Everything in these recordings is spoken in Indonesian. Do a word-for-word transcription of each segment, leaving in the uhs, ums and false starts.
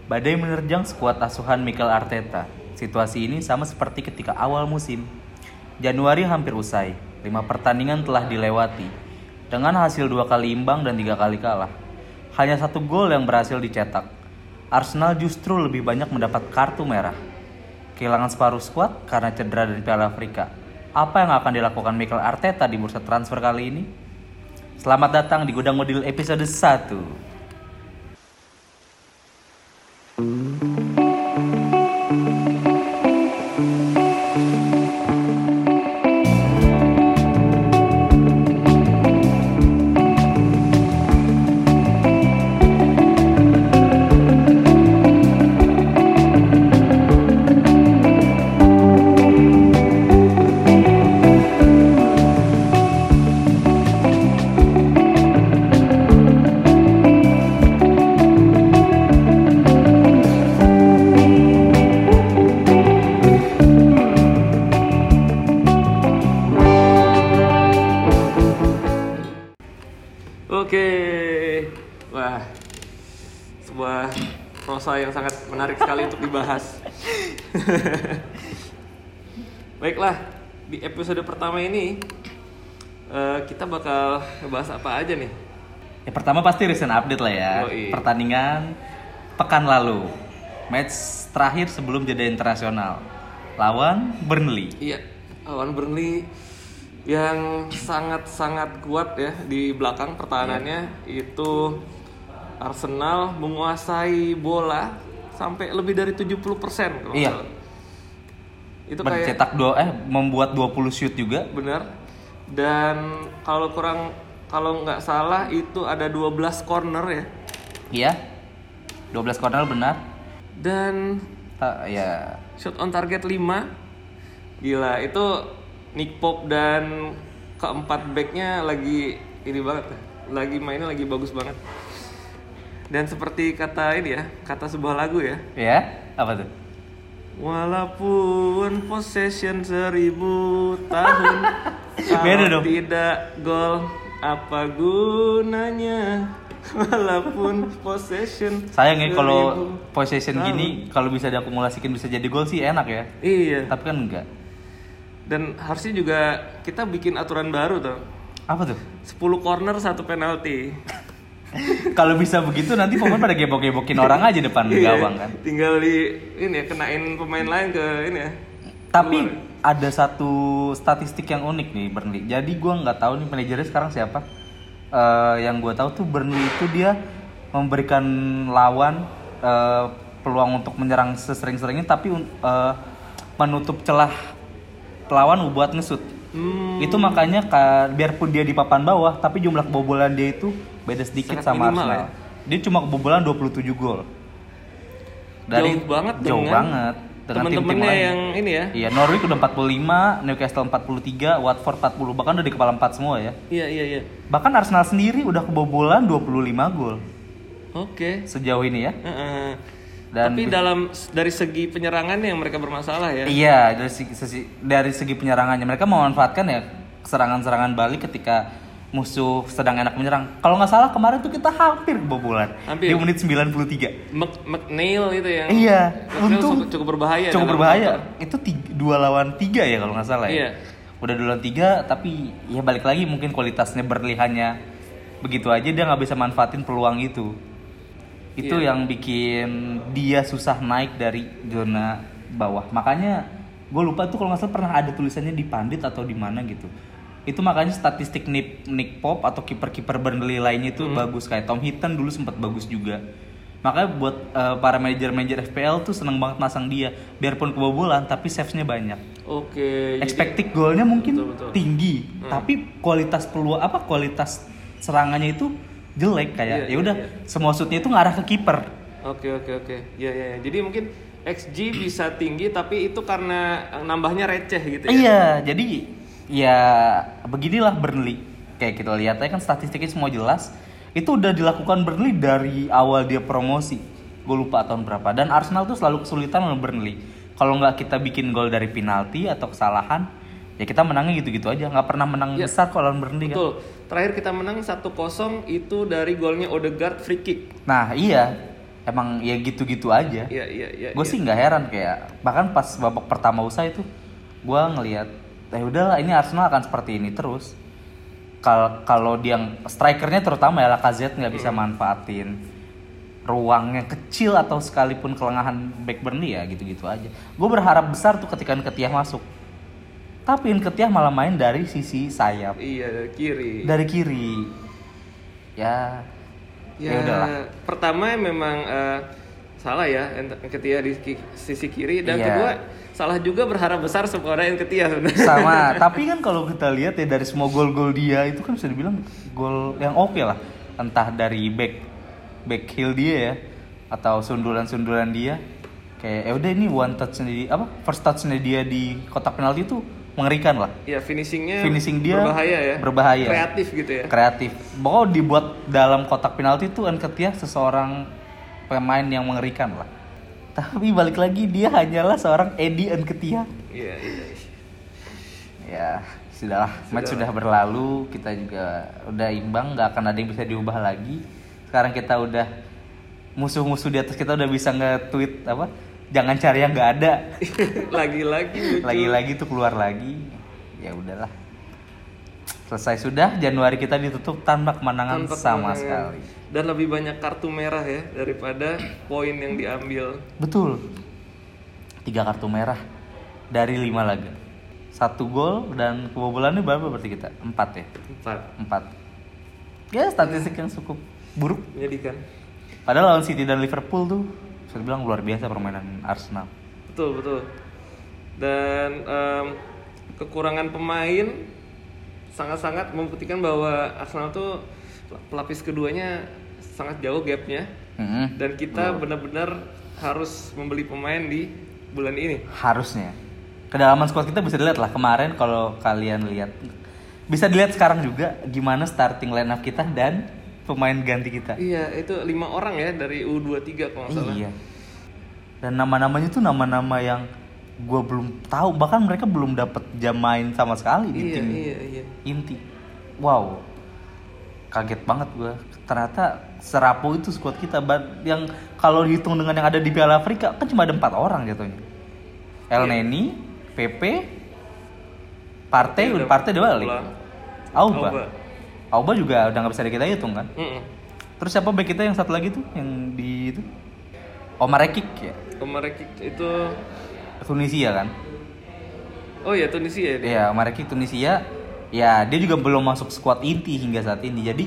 Badai menerjang skuad asuhan Mikel Arteta. Situasi ini sama seperti ketika awal musim. Januari hampir usai, lima pertandingan telah dilewati, dengan hasil dua kali imbang dan tiga kali kalah. Hanya satu gol yang berhasil dicetak. Arsenal justru lebih banyak mendapat kartu merah. Kehilangan separuh skuad karena cedera dan Piala Afrika. Apa yang akan dilakukan Mikel Arteta di bursa transfer kali ini? Selamat datang di Gudang Modil episode satu. Oke, wah, sebuah prosa yang sangat menarik sekali untuk dibahas. Baiklah, di episode pertama ini uh, kita bakal ngebahas apa aja nih? Ya, pertama pasti recent update lah ya. Yoi. Pertandingan pekan lalu, match terakhir sebelum jeda internasional, lawan Burnley. Iya, lawan Burnley yang sangat-sangat kuat ya di belakang pertahanannya. Itu Arsenal menguasai bola sampai lebih dari tujuh puluh persen kalau Iya. salah. Itu Mencetak dua eh membuat dua puluh shoot juga. benar. Dan kalau kurang kalau nggak salah itu ada dua belas corner ya. Iya. dua belas corner benar. Dan Ta- ya shot on target lima. Gila, itu Nick Pope dan keempat backnya lagi ini banget, lagi mainnya lagi bagus banget. Dan seperti kata ini ya, kata sebuah lagu ya, ya apa tuh? walaupun possession seribu tahun, Beda kalau dong. tidak gol apa gunanya? Walaupun possession Sayang ya kalau seribu possession tahun. gini kalau bisa diakumulasikan bisa jadi gol sih enak ya. Iya. Tapi kan enggak. Dan harusnya juga kita bikin aturan baru tuh. Apa tuh? sepuluh corner satu penalti. Kalau bisa begitu nanti pemain pada gebok-gebokin orang aja depan Iya, gawang kan. Tinggal di ini ya, kenain pemain lain ke ini ya. Tapi keluar. ada satu statistik yang unik nih Burnley. Jadi gue nggak tahu nih manajernya sekarang siapa. Eh, yang gue tahu tuh Burnley itu dia memberikan lawan eh, peluang untuk menyerang sesering-seringnya, tapi eh, menutup celah lawan buat ngesut. Hmm, Itu makanya ka, biarpun dia di papan bawah, tapi jumlah kebobolan dia itu beda sedikit Sangat sama minimal Arsenal. ya? Dia cuma kebobolan dua puluh tujuh gol. Jauh banget jauh dengan banget dengan tim-tim temen-temennya lain. yang ini ya. Iya, Norwich udah empat puluh lima, Newcastle empat puluh tiga, Watford empat puluh, bahkan udah di kepala empat semua ya. Iya iya iya. Bahkan Arsenal sendiri udah kebobolan dua puluh lima gol Oke. sejauh ini ya. Heeh. Dan Tapi dalam dari segi penyerangan yang mereka bermasalah ya. iya, dari segi, segi- dari segi penyerangannya mereka memanfaatkan ya serangan-serangan balik ketika musuh sedang enak menyerang. Kalau nggak salah kemarin tuh kita hampir kebobolan Hampir. di menit sembilan puluh tiga. Mc, McNeil itu yang Iya, McNeil untung cukup, cukup berbahaya. cukup dalam berbahaya. counter. Itu tiga, dua lawan tiga ya kalau nggak salah ya. Iya. Udah dua lawan tiga, tapi ya balik lagi mungkin kualitasnya berlihannya begitu aja, dia nggak bisa manfaatin peluang itu. Itu Iya. yang bikin dia susah naik dari zona bawah. Makanya gue lupa tuh kalau nggak salah pernah ada tulisannya di Pandit atau di mana gitu. Itu makanya statistik Nick, Nick Pope atau kiper-kiper Burnley lainnya itu Hmm. bagus, kayak Tom Heaton dulu sempat bagus juga. Makanya buat uh, para manajer-manajer F P L tuh seneng banget masang dia, biarpun kebobolan tapi saves-nya banyak. Oke. jadi- Expected goal-nya mungkin Betul, betul. tinggi, Hmm. tapi kualitas peluang apa kualitas serangannya itu jelek, kayak Iya, ya udah iya, iya. semua shootnya itu ngarah ke kiper. Oke oke oke. Ya ya ya. Jadi mungkin X G bisa tinggi tapi itu karena nambahnya receh gitu ya. Iya, jadi ya beginilah Burnley. Kayak kita lihat aja kan statistiknya semua jelas. Itu udah dilakukan Burnley dari awal dia promosi. Gue lupa tahun berapa. Dan Arsenal tuh selalu kesulitan sama Burnley. Kalau nggak kita bikin gol dari penalti atau kesalahan, ya kita menangnya gitu-gitu aja. Nggak pernah menang Ya, besar kalau lawan Burnley kan. Betul. Terakhir kita menang satu kosong itu dari golnya Odegaard free kick. Nah iya, emang ya gitu-gitu aja. Iya iya iya. Gue iya. sih nggak heran kayak bahkan pas babak pertama usai itu gue ngelihat, eh udahlah ini Arsenal akan seperti ini terus. Kalau kalau dia strikernya terutama ya Lacazette nggak bisa manfaatin ruang yang kecil atau sekalipun kelengahan back Burnley ya gitu-gitu aja. Gue berharap besar tuh ketika Nketiah masuk. Tapi Nketiah malah main dari sisi sayap. Iya dari kiri. Dari kiri. Ya. Ya, Ya udahlah. pertama memang uh, salah ya Nketiah di ki- sisi kiri dan Iya. kedua salah juga berharap besar kepada Nketiah sebenarnya. Sama, tapi kan kalau kita lihat ya dari semua gol-gol dia itu kan bisa dibilang gol yang oke lah. Entah dari back back heel dia ya atau sundulan-sundulan dia. Kayak ya udah ini one touch di apa? First touch-nya dia di kotak penalti itu mengerikan lah. Ya finishingnya Finishing dia berbahaya ya. berbahaya. Kreatif gitu ya. Kreatif. Bahwa dibuat dalam kotak penalti itu Nketiah seseorang pemain yang mengerikan lah. Tapi balik lagi dia hanyalah seorang Eddie Nketiah. Iya iya. Ya, sudahlah. Match sudah berlalu, kita juga udah imbang, nggak akan ada yang bisa diubah lagi. Sekarang kita udah musuh-musuh di atas kita udah bisa nge-tweet apa? Jangan cari yang nggak ada. Lagi-lagi lucu. Lagi-lagi tuh keluar lagi. Ya udahlah. Selesai sudah, Januari kita ditutup tanpa kemenangan Tanpa sama kemenangan. sekali. Dan lebih banyak kartu merah ya daripada poin yang diambil. Betul. Tiga kartu merah dari lima laga. Satu gol dan kebobolannya berapa berarti kita? Empat ya? Empat. Empat. Ya statistik yang cukup buruk. Menyedihkan. Padahal lawan City dan Liverpool tuh bisa bilang luar biasa permainan Arsenal. Betul betul. Dan em, kekurangan pemain sangat-sangat membuktikan bahwa Arsenal tuh pelapis keduanya sangat jauh gapnya. Mm-hmm. Dan kita benar-benar harus membeli pemain di bulan ini. Harusnya. Kedalaman squad kita bisa dilihat lah kemarin kalau kalian lihat. Bisa dilihat sekarang juga gimana starting line up kita dan pemain ganti kita. Iya, itu lima orang ya dari U dua puluh tiga kalau nggak salah. Iya. Dan nama-namanya tuh nama-nama yang gue belum tahu, bahkan mereka belum dapat jam main sama sekali di Iya, tim iya, iya. inti. Wow, kaget banget gue. Ternyata serapuh itu squad kita. Yang kalau dihitung dengan yang ada di Piala Afrika kan cuma ada empat orang jatuhnya. El Iya. Neni, Pepe, Partey, udah Partey udah balik. pulang. Auba. Auba. Auba juga udah nggak bisa kita hitung kan. Mm-mm. Terus siapa back kita yang satu lagi tuh yang di itu? Omar Rekik ya. Omar Rekik itu Tunisia kan? oh ya Tunisia dia. Iya, Omar Rekik Tunisia. Ya, dia juga belum masuk skuad inti hingga saat ini. Jadi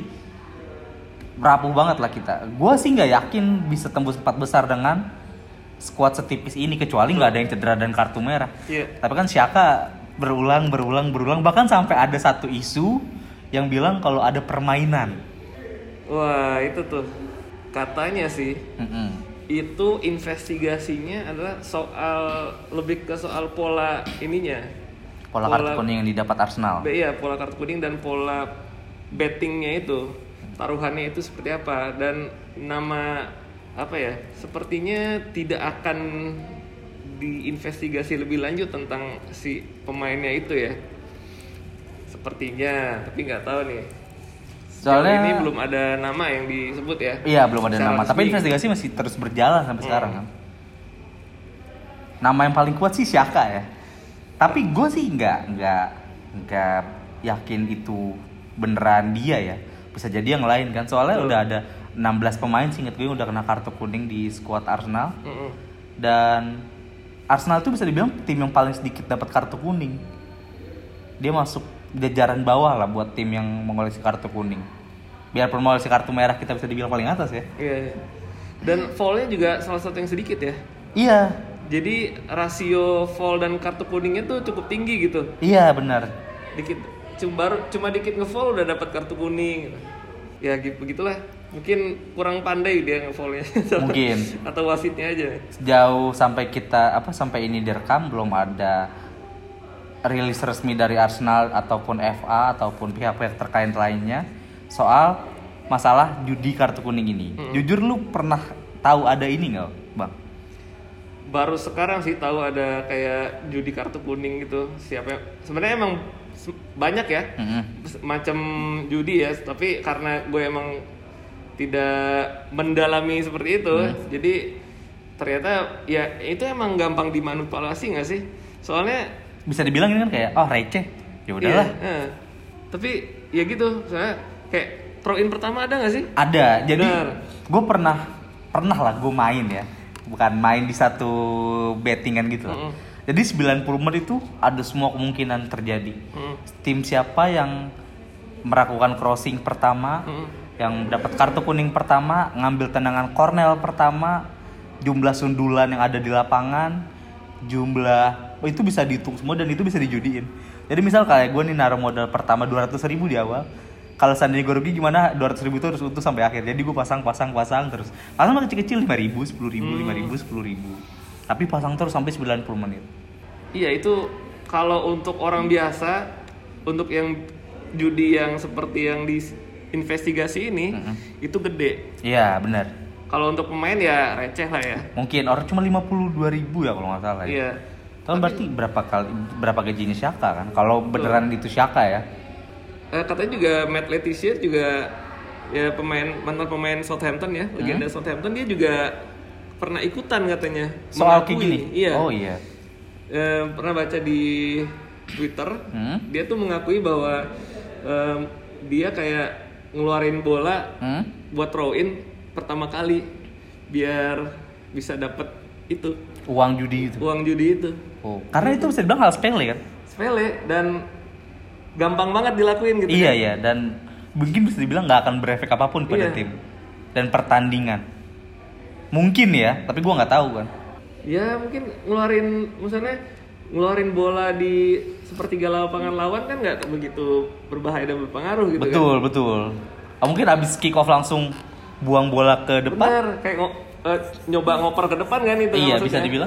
rapuh banget lah kita. Gua sih nggak yakin bisa tembus empat besar dengan skuad setipis ini kecuali nggak ada yang cedera dan kartu merah. Iya. Tapi kan Xhaka berulang, berulang, berulang. Bahkan sampai ada satu isu yang bilang kalau ada permainan. Wah, itu tuh katanya sih Mm-mm. itu investigasinya adalah soal lebih ke soal pola ininya. Pola, Pola- kartu kuning yang didapat Arsenal. Be- Iya, pola kartu kuning dan pola bettingnya itu, taruhannya itu seperti apa dan nama apa ya? Sepertinya tidak akan diinvestigasi lebih lanjut tentang si pemainnya itu ya. Sepertinya, tapi nggak tahu nih. Sejauh Soalnya- ini belum ada nama yang disebut ya. Iya, belum ada Secara nama. Tapi resmi. investigasi masih terus berjalan sampai Hmm. sekarang kan. Nama yang paling kuat sih Xhaka ya. Tapi gue sih nggak nggak nggak yakin itu beneran dia ya. Bisa jadi yang lain kan. Soalnya Betul. udah ada enam belas pemain seingat gue yang udah kena kartu kuning di skuad Arsenal. Mm-mm. Dan Arsenal itu bisa dibilang tim yang paling sedikit dapat kartu kuning. Dia masuk jajaran bawah lah buat tim yang mengoleksi kartu kuning. Biarpun mengoleksi kartu merah kita bisa dibilang paling atas ya. Iya, iya. Dan foul-nya juga salah satu yang sedikit ya. Iya, Jadi rasio foul dan kartu kuningnya tuh cukup tinggi gitu. iya benar. Dikit cuma baru cuma dikit nge-foul udah dapat kartu kuning. Ya gitu begitulah. Mungkin kurang pandai dia nge-foulnya. Mungkin. Atau wasitnya aja. Sejauh sampai kita apa sampai ini direkam belum ada rilis resmi dari Arsenal ataupun F A ataupun pihak-pihak terkait lainnya soal masalah judi kartu kuning ini. Mm-mm. Jujur lu pernah tahu ada ini nggak, Bang? Baru sekarang sih tahu ada kayak judi kartu kuning gitu. Siapa yang sebenarnya emang se- banyak ya Mm-mm. macam judi ya, tapi karena gue emang tidak mendalami seperti itu. Hmm. Jadi ternyata ya itu emang gampang dimanipulasi nggak sih? Soalnya bisa dibilang ini kan kayak oh receh, ya udahlah. Iya, eh. Tapi ya gitu, soalnya kayak throw in pertama ada nggak sih? Ada. Jadi gue pernah pernah lah gue main ya, bukan main di satu bettingan gitu. Mm-hmm. Jadi sembilan puluh menit itu ada semua kemungkinan terjadi. Mm-hmm. Tim siapa yang melakukan crossing pertama, mm-hmm. yang dapat kartu kuning pertama, ngambil tendangan corner pertama, jumlah sundulan yang ada di lapangan, jumlah oh, itu bisa dihitung semua dan itu bisa dijudiin. Jadi misal kayak gue nih naruh modal pertama dua ratus ribu di awal, kalau seandainya gue rugi gimana dua ratus ribu itu harus utuh sampai akhir. Jadi gue pasang pasang pasang terus. Pasang kecil-kecil lima ribu, sepuluh ribu, hmm. lima ribu, sepuluh ribu. Tapi pasang terus sampai sembilan puluh menit. Iya, itu kalau untuk orang biasa, untuk yang judi yang seperti yang di investigasi ini, mm-hmm. itu gede. Iya, benar. Kalau untuk pemain ya receh lah ya. Mungkin orang cuma lima puluh dua ribu ya kalau nggak salah ya. Iya. Tapi berarti berapa kali berapa gajinya Xhaka kan? Kalau beneran itu Xhaka ya. Eh, katanya juga Matt Letizia juga ya pemain mantan pemain Southampton ya, hmm? legenda Southampton, dia juga pernah ikutan katanya. Soal kayak gini. Iya. Oh iya. Eh, pernah baca di Twitter, hmm? dia tuh mengakui bahwa eh, dia kayak ngeluarin bola hmm? buat throw in pertama kali biar bisa dapet itu uang judi itu. Uang judi itu. Oh, karena itu bisa dibilang hal sepele kan? Sepele dan gampang banget dilakuin gitu. Iya kan? iya, dan mungkin bisa dibilang nggak akan berefek apapun pada iya. tim dan pertandingan. Mungkin ya, tapi gue nggak tahu kan. Ya mungkin ngeluarin, misalnya ngeluarin bola di sepertiga lapangan lawan kan nggak begitu berbahaya dan berpengaruh gitu. Betul kan? betul. Oh, mungkin abis kick off langsung buang bola ke depan. Benar, kayak ngo- uh, nyoba ngoper ke depan kan itu. Iya, maksudnya. bisa dibilang.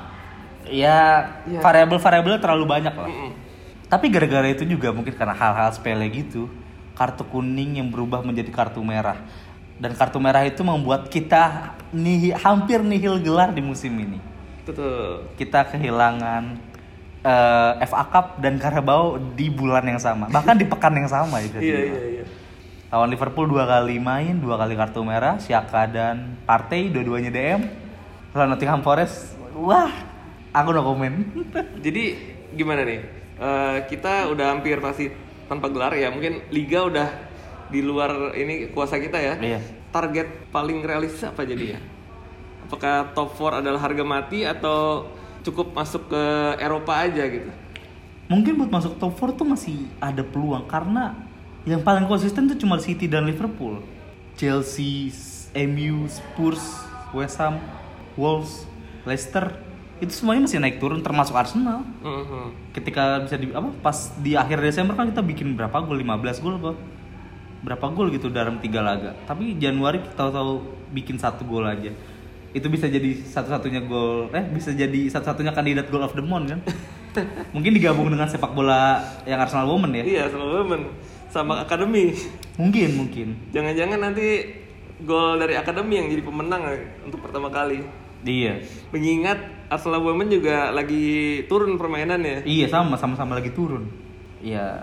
Ya, ya. variabel-variabel terlalu banyak lah. Mm-mm. Tapi gara-gara itu juga mungkin karena hal-hal sepele gitu, kartu kuning yang berubah menjadi kartu merah. Dan kartu merah itu membuat kita nih hampir nihil gelar di musim ini. Betul. Kita kehilangan uh, F A Cup dan Carabao di bulan yang sama, bahkan di pekan yang sama ya. Iya iya iya. Lawan Liverpool dua kali main, dua kali kartu merah, Xhaka dan Partey dua-duanya D M. Lawan Nottingham Forest, wah, aku no komen. Jadi gimana nih? Uh, kita udah hampir pasti tanpa gelar ya, mungkin Liga udah di luar ini kuasa kita ya. Iya. Target paling realistis apa jadi ya? Apakah top empat adalah harga mati atau cukup masuk ke Eropa aja gitu? Mungkin buat masuk top empat tuh masih ada peluang karena yang paling konsisten tuh cuma City dan Liverpool. Chelsea, M U, Spurs, West Ham, Wolves, Leicester itu semuanya masih naik turun termasuk Arsenal. Uh-huh. Ketika bisa di apa pas di akhir Desember kan kita bikin berapa gol, lima belas gol apa? Berapa gol gitu dalam tiga laga. Tapi Januari kita tahu bikin satu gol aja. Itu bisa jadi satu-satunya gol eh bisa jadi satu-satunya kandidat goal of the month kan. Mungkin digabung dengan sepak bola yang Arsenal Women ya. Iya, Arsenal Women sama akademi. Mungkin mungkin. Jangan-jangan nanti gol dari akademi yang jadi pemenang untuk pertama kali. Iya. Mengingat Arsenal Women juga lagi turun permainannya. Iya, sama sama-sama lagi turun. Iya.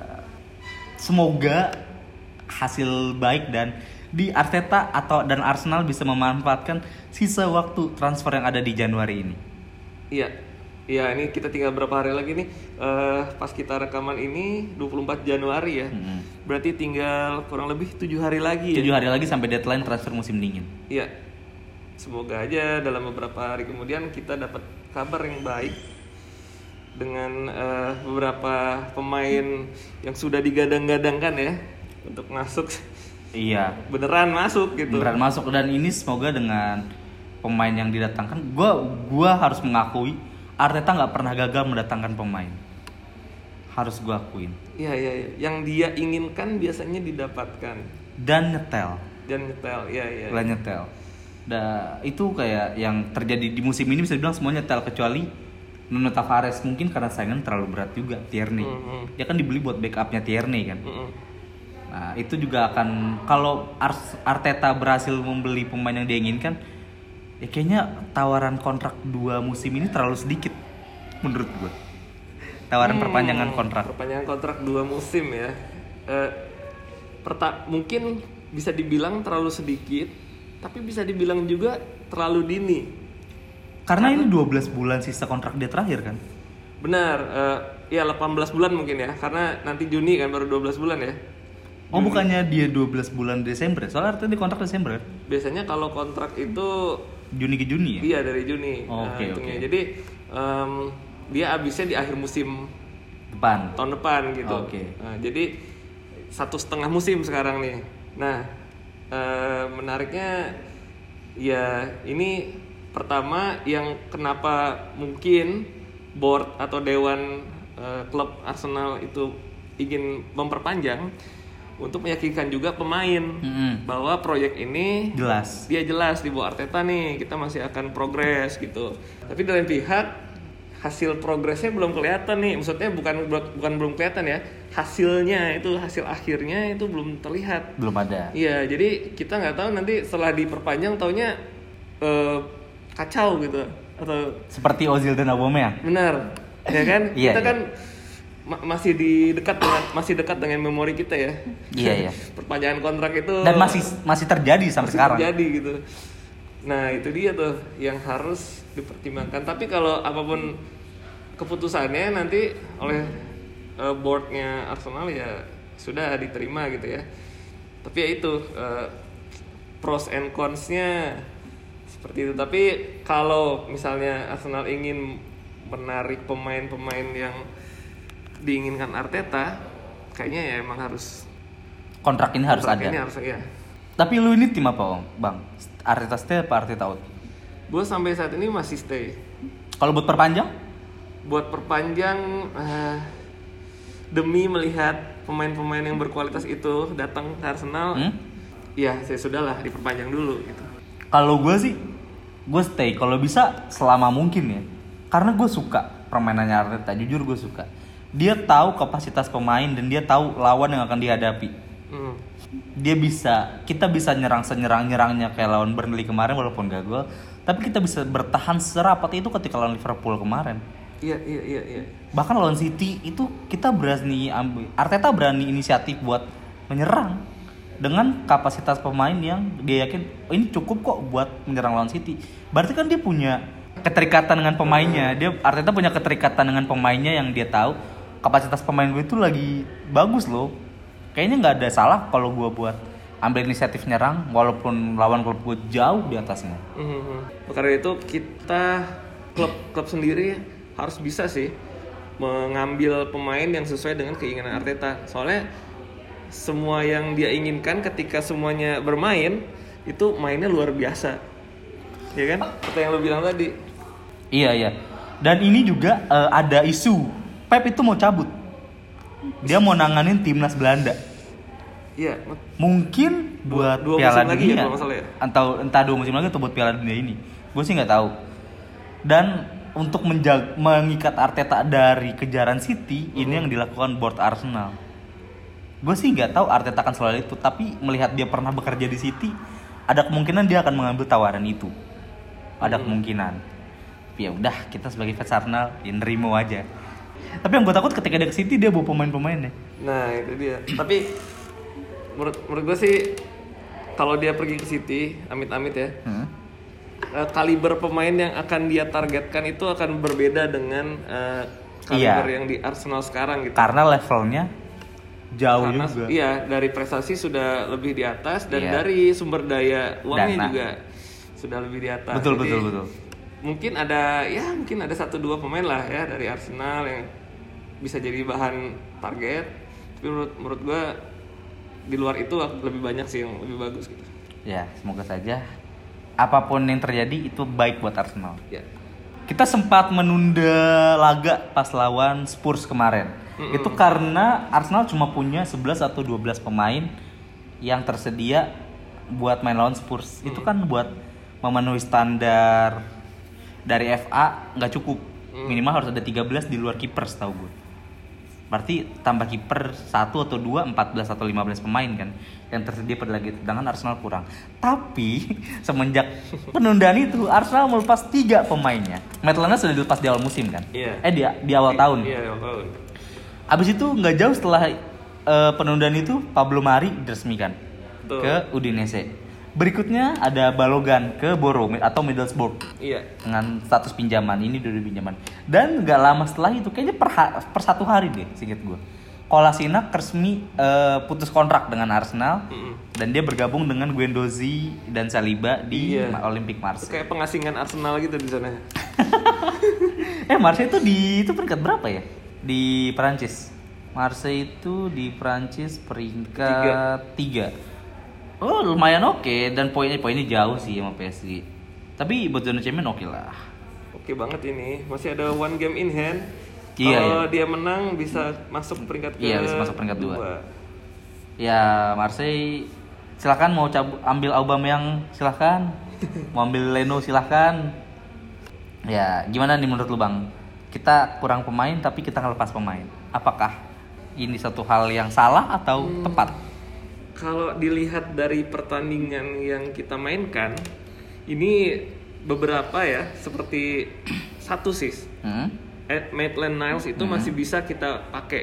Semoga hasil baik dan di Arteta atau dan Arsenal bisa memanfaatkan sisa waktu transfer yang ada di Januari ini. Iya. Iya, ini kita tinggal berapa hari lagi nih uh, pas kita rekaman ini dua puluh empat Januari ya. Hmm. Berarti tinggal kurang lebih tujuh hari lagi ya. tujuh hari lagi sampai deadline transfer musim dingin. Iya. Semoga aja dalam beberapa hari kemudian kita dapat kabar yang baik dengan uh, beberapa pemain yang sudah digadang-gadangkan ya untuk masuk. Iya. Beneran masuk gitu. Beneran masuk dan ini semoga dengan pemain yang didatangkan, gua gua harus mengakui Arteta nggak pernah gagal mendatangkan pemain. Harus gue akuin. Iya, iya, iya. Yang dia inginkan biasanya didapatkan. Dan nyetel. Dan nyetel, iya, iya. Dan nyetel. Da, itu kayak yang terjadi di musim ini bisa dibilang semuanya nyetel kecuali Nuno Tavares mungkin karena saingan terlalu berat juga, Tierney. Mm-hmm. Dia kan dibeli buat backupnya Tierney kan. Mm-hmm. Nah itu juga akan kalau Arteta berhasil membeli pemain yang dia inginkan, ya kayaknya tawaran kontrak dua musim ini terlalu sedikit menurut gue. Tawaran hmm, perpanjangan kontrak. Perpanjangan kontrak dua musim ya. Uh, perta- mungkin bisa dibilang terlalu sedikit, tapi bisa dibilang juga terlalu dini. Karena, Karena ini dua belas bulan sisa kontrak dia terakhir kan? Benar, uh, ya delapan belas bulan mungkin ya, karena nanti Juni kan baru dua belas bulan ya. Oh Juni. Bukannya dia dua belas bulan Desember, soalnya artinya di kontrak Desember kan? Biasanya kalau kontrak itu Juni ke Juni ya? Iya dari Juni. Oh, nah, oke okay, oke. Okay. Jadi um, dia habisnya di akhir musim depan. Tahun depan gitu. Oke. Okay. Nah, jadi satu setengah musim sekarang nih. Nah, uh, menariknya ya ini pertama yang kenapa mungkin board atau dewan uh, klub Arsenal itu ingin memperpanjang untuk meyakinkan juga pemain mm-hmm. bahwa proyek ini jelas dia jelas di bawah Arteta nih kita masih akan progres gitu. Tapi dari pihak hasil progresnya belum kelihatan nih, maksudnya bukan bukan belum kelihatan ya, hasilnya itu hasil akhirnya itu belum terlihat, belum ada. Iya, jadi kita nggak tahu nanti setelah diperpanjang taunya uh, kacau gitu atau seperti Ozil dan Aubameyang. Benar, ya kan? Iya, kita iya. kan ma- masih di dekat dengan masih dekat dengan memori kita ya. Iya, iya. Perpanjangan kontrak itu dan masih masih terjadi sampai masih sekarang. Terjadi gitu. Nah, itu dia tuh yang harus dipertimbangkan. Tapi kalau apapun keputusannya nanti oleh uh, boardnya Arsenal ya sudah diterima gitu ya. Tapi ya itu uh, pros and cons-nya seperti itu. Tapi kalau misalnya Arsenal ingin menarik pemain-pemain yang diinginkan Arteta, kayaknya ya emang harus kontrak ini harus kontrak ada. Ini harus, ya. Tapi lu ini tim apa, Bang? Arteta stay apa Arteta out? Gue sampai saat ini masih stay. Kalau buat perpanjang? Buat perpanjang uh, demi melihat pemain-pemain yang berkualitas itu datang ke Arsenal, hmm? ya saya sudahlah diperpanjang dulu gitu. Kalau gue sih, gue stay. Kalau bisa selama mungkin ya. Karena gue suka permainannya Arteta. Jujur gue suka. Dia tahu kapasitas pemain dan dia tahu lawan yang akan dihadapi. Hmm. Dia bisa, kita bisa nyerang senyerang-nyerangnya kayak lawan Burnley kemarin walaupun gak gol. Tapi kita bisa bertahan serapat itu ketika lawan Liverpool kemarin. Iya, iya, iya, iya. Bahkan lawan City itu kita berani ambil, Arteta berani inisiatif buat menyerang dengan kapasitas pemain yang dia yakin oh, ini cukup kok buat menyerang lawan City. Berarti kan dia punya keterikatan dengan pemainnya. Dia Arteta punya keterikatan dengan pemainnya yang dia tahu kapasitas pemain gue itu lagi bagus loh. Kayaknya nggak ada salah kalau gue buat ambil inisiatif nyerang walaupun lawan klub gue jauh di atasnya. Mm-hmm. Karena itu kita klub-klub sendiri harus bisa sih mengambil pemain yang sesuai dengan keinginan Arteta. Soalnya semua yang dia inginkan ketika semuanya bermain itu mainnya luar biasa. Ya kan? Seperti yang lo bilang tadi. Iya, iya. Dan ini juga uh, ada isu Pep itu mau cabut. Dia mau nanganin timnas Belanda. Iya. Mungkin buat dua Piala musim lagi Dunia ya, kalau masalah ya? atau entah dua musim lagi atau buat Piala Dunia ini. Gue sih nggak tahu. Dan untuk menjaga, mengikat Arteta dari kejaran City, mm-hmm. ini yang dilakukan board Arsenal. Gue sih nggak tahu Arteta akan selalu itu, tapi melihat dia pernah bekerja di City, ada kemungkinan dia akan mengambil tawaran itu. Ada mm-hmm. kemungkinan. Tapi ya udah, kita sebagai fans Arsenal ya nerimo aja. Tapi yang gue takut ketika dia ke City dia bawa pemain-pemainnya. Nah itu dia. Tapi menurut menurut gue sih kalau dia pergi ke City, amit-amit ya. Hmm? Kaliber pemain yang akan dia targetkan itu akan berbeda dengan uh, kaliber iya. yang di Arsenal sekarang gitu. Karena levelnya jauh Karena, juga. Iya, dari prestasi sudah lebih di atas dan iya. dari sumber daya uangnya Dana. juga sudah lebih di atas. Betul Jadi, betul betul. Mungkin ada ya mungkin ada satu dua pemain lah ya dari Arsenal yang bisa jadi bahan target. Tapi menurut menurut gue di luar itu lebih banyak sih yang lebih bagus gitu. Ya, semoga saja apapun yang terjadi itu baik buat Arsenal. Ya. Kita sempat menunda laga pas lawan Spurs kemarin. Mm-mm. Itu karena Arsenal cuma punya sebelas atau dua belas pemain yang tersedia buat main lawan Spurs. Mm. Itu kan buat memenuhi standar dari F A nggak cukup. Mm. Minimal harus ada tiga belas di luar kiper setahu gue. Berarti tambah kiper satu atau dua, empat belas atau lima belas pemain kan yang tersedia pada laga itu, sedangkan Arsenal kurang. Tapi semenjak penundaan itu Arsenal melepas tiga pemainnya. Maitland sudah dilepas di awal musim kan? Iya. Eh di, di awal tahun. Iya, di awal tahun. Abis itu nggak jauh setelah uh, penundaan itu Pablo Mari diresmikan. Betul. ke Udinese. Berikutnya ada Balogan ke Boro atau Middlesbrough. Iya. Dengan status pinjaman, ini dua pinjaman. Dan gak lama setelah itu, kayaknya per, ha- per satu hari deh, seinget gue. Kolasinac resmi uh, putus kontrak dengan Arsenal. Mm-mm. Dan dia bergabung dengan Guendouzi dan Saliba di iya. Olympique Marseille. Kayak pengasingan Arsenal gitu di sana. eh Marseille itu di itu peringkat berapa ya? Di Perancis. Marseille itu di Perancis peringkat tiga. Oh lumayan oke okay. Dan poinnya poinnya jauh sih sama P S G. Tapi buat zona champion oke okay lah. Oke okay banget ini. Masih ada one game in hand. Iya, kalau iya. dia menang bisa masuk peringkat ke Iya bisa masuk peringkat dua. Ya Marseille silakan mau cabut ambil Aubameyang silahkan. Mau ambil Leno silahkan. Ya gimana nih menurut lu Bang? Kita kurang pemain tapi kita ngelepas pemain. Apakah ini satu hal yang salah atau hmm. tepat? Kalau dilihat dari pertandingan yang kita mainkan, ini beberapa ya, seperti satu sis, hmm? Maitland Niles itu hmm. masih bisa kita pakai,